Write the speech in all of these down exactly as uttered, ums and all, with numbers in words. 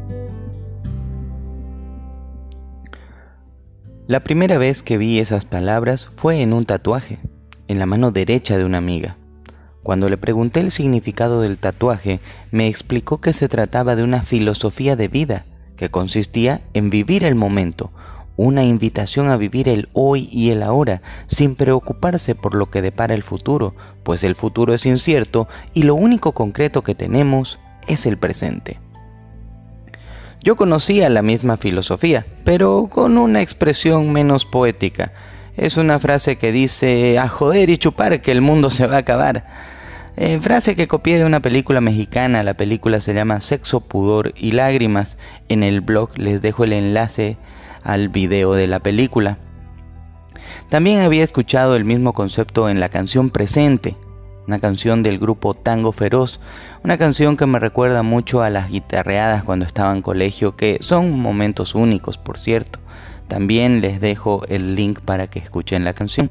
La primera vez que vi esas palabras fue en un tatuaje, en la mano derecha de una amiga. Cuando le pregunté el significado del tatuaje, me explicó que se trataba de una filosofía de vida, que consistía en vivir el momento, una invitación a vivir el hoy y el ahora, sin preocuparse por lo que depara el futuro, pues el futuro es incierto y lo único concreto que tenemos es el presente. Yo conocía la misma filosofía, pero con una expresión menos poética. Es una frase que dice: a joder y chupar que el mundo se va a acabar. Eh, frase que copié de una película mexicana. La película se llama Sexo, Pudor y Lágrimas. En el blog les dejo el enlace al video de la película. También había escuchado el mismo concepto en la canción Presente, una canción del grupo Tango Feroz, una canción que me recuerda mucho a las guitarreadas cuando estaba en colegio, que son momentos únicos, por cierto. También les dejo el link para que escuchen la canción.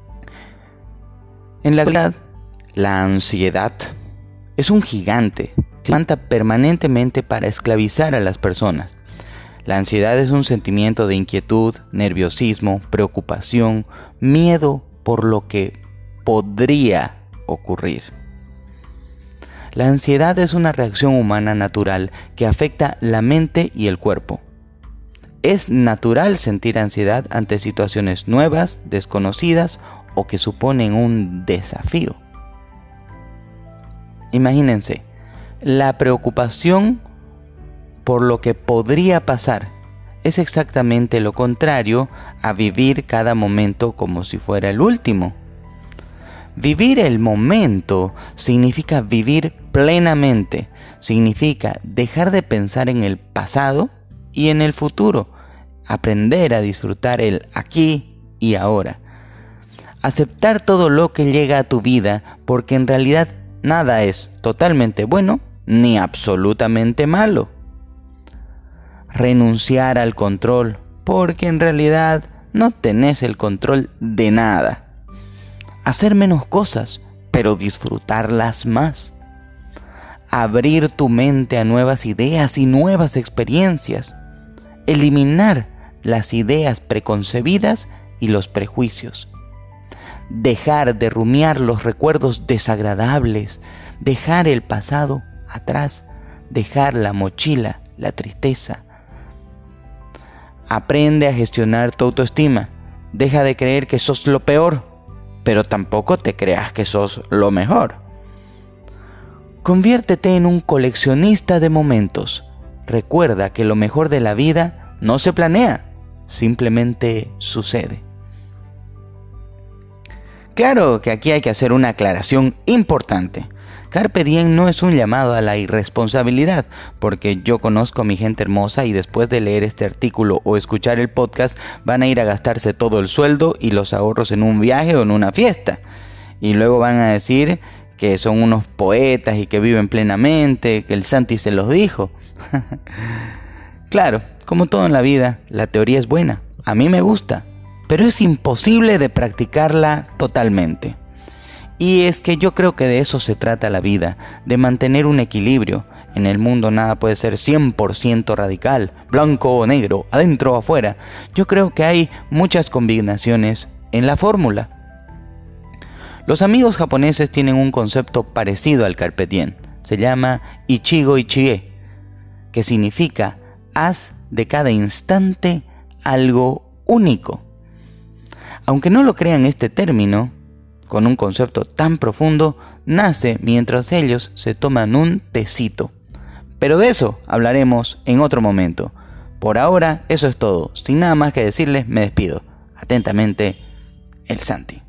En la realidad, la ansiedad es un gigante que se levanta permanentemente para esclavizar a las personas. La ansiedad es un sentimiento de inquietud, nerviosismo, preocupación, miedo por lo que podría ocurrir. La ansiedad es una reacción humana natural que afecta la mente y el cuerpo. Es natural sentir ansiedad ante situaciones nuevas, desconocidas o que suponen un desafío. Imagínense, la preocupación por lo que podría pasar es exactamente lo contrario a vivir cada momento como si fuera el último. Vivir el momento significa vivir plenamente, significa dejar de pensar en el pasado y en el futuro, aprender a disfrutar el aquí y ahora. Aceptar todo lo que llega a tu vida, porque en realidad nada es totalmente bueno ni absolutamente malo. Renunciar al control, porque en realidad no tenés el control de nada. Hacer menos cosas, pero disfrutarlas más. Abrir tu mente a nuevas ideas y nuevas experiencias. Eliminar las ideas preconcebidas y los prejuicios. Dejar de rumiar los recuerdos desagradables. Dejar el pasado atrás. Dejar la mochila, la tristeza. Aprende a gestionar tu autoestima. Deja de creer que sos lo peor, pero tampoco te creas que sos lo mejor. Conviértete en un coleccionista de momentos. Recuerda que lo mejor de la vida no se planea, simplemente sucede. Claro que aquí hay que hacer una aclaración importante. Carpe diem no es un llamado a la irresponsabilidad, porque yo conozco a mi gente hermosa y después de leer este artículo o escuchar el podcast van a ir a gastarse todo el sueldo y los ahorros en un viaje o en una fiesta. Y luego van a decir que son unos poetas y que viven plenamente, que el Santi se los dijo. Claro, como todo en la vida, la teoría es buena, a mí me gusta, pero es imposible de practicarla totalmente. Y es que yo creo que de eso se trata la vida, de mantener un equilibrio. En el mundo nada puede ser cien por ciento radical, blanco o negro, adentro o afuera. Yo creo que hay muchas combinaciones en la fórmula. Los amigos japoneses tienen un concepto parecido al carpe diem. Se llama Ichigo Ichie, que significa haz de cada instante algo único. Aunque no lo crean, este término, con un concepto tan profundo, nace mientras ellos se toman un tecito. Pero de eso hablaremos en otro momento. Por ahora, eso es todo. Sin nada más que decirles, me despido. Atentamente, el Santi.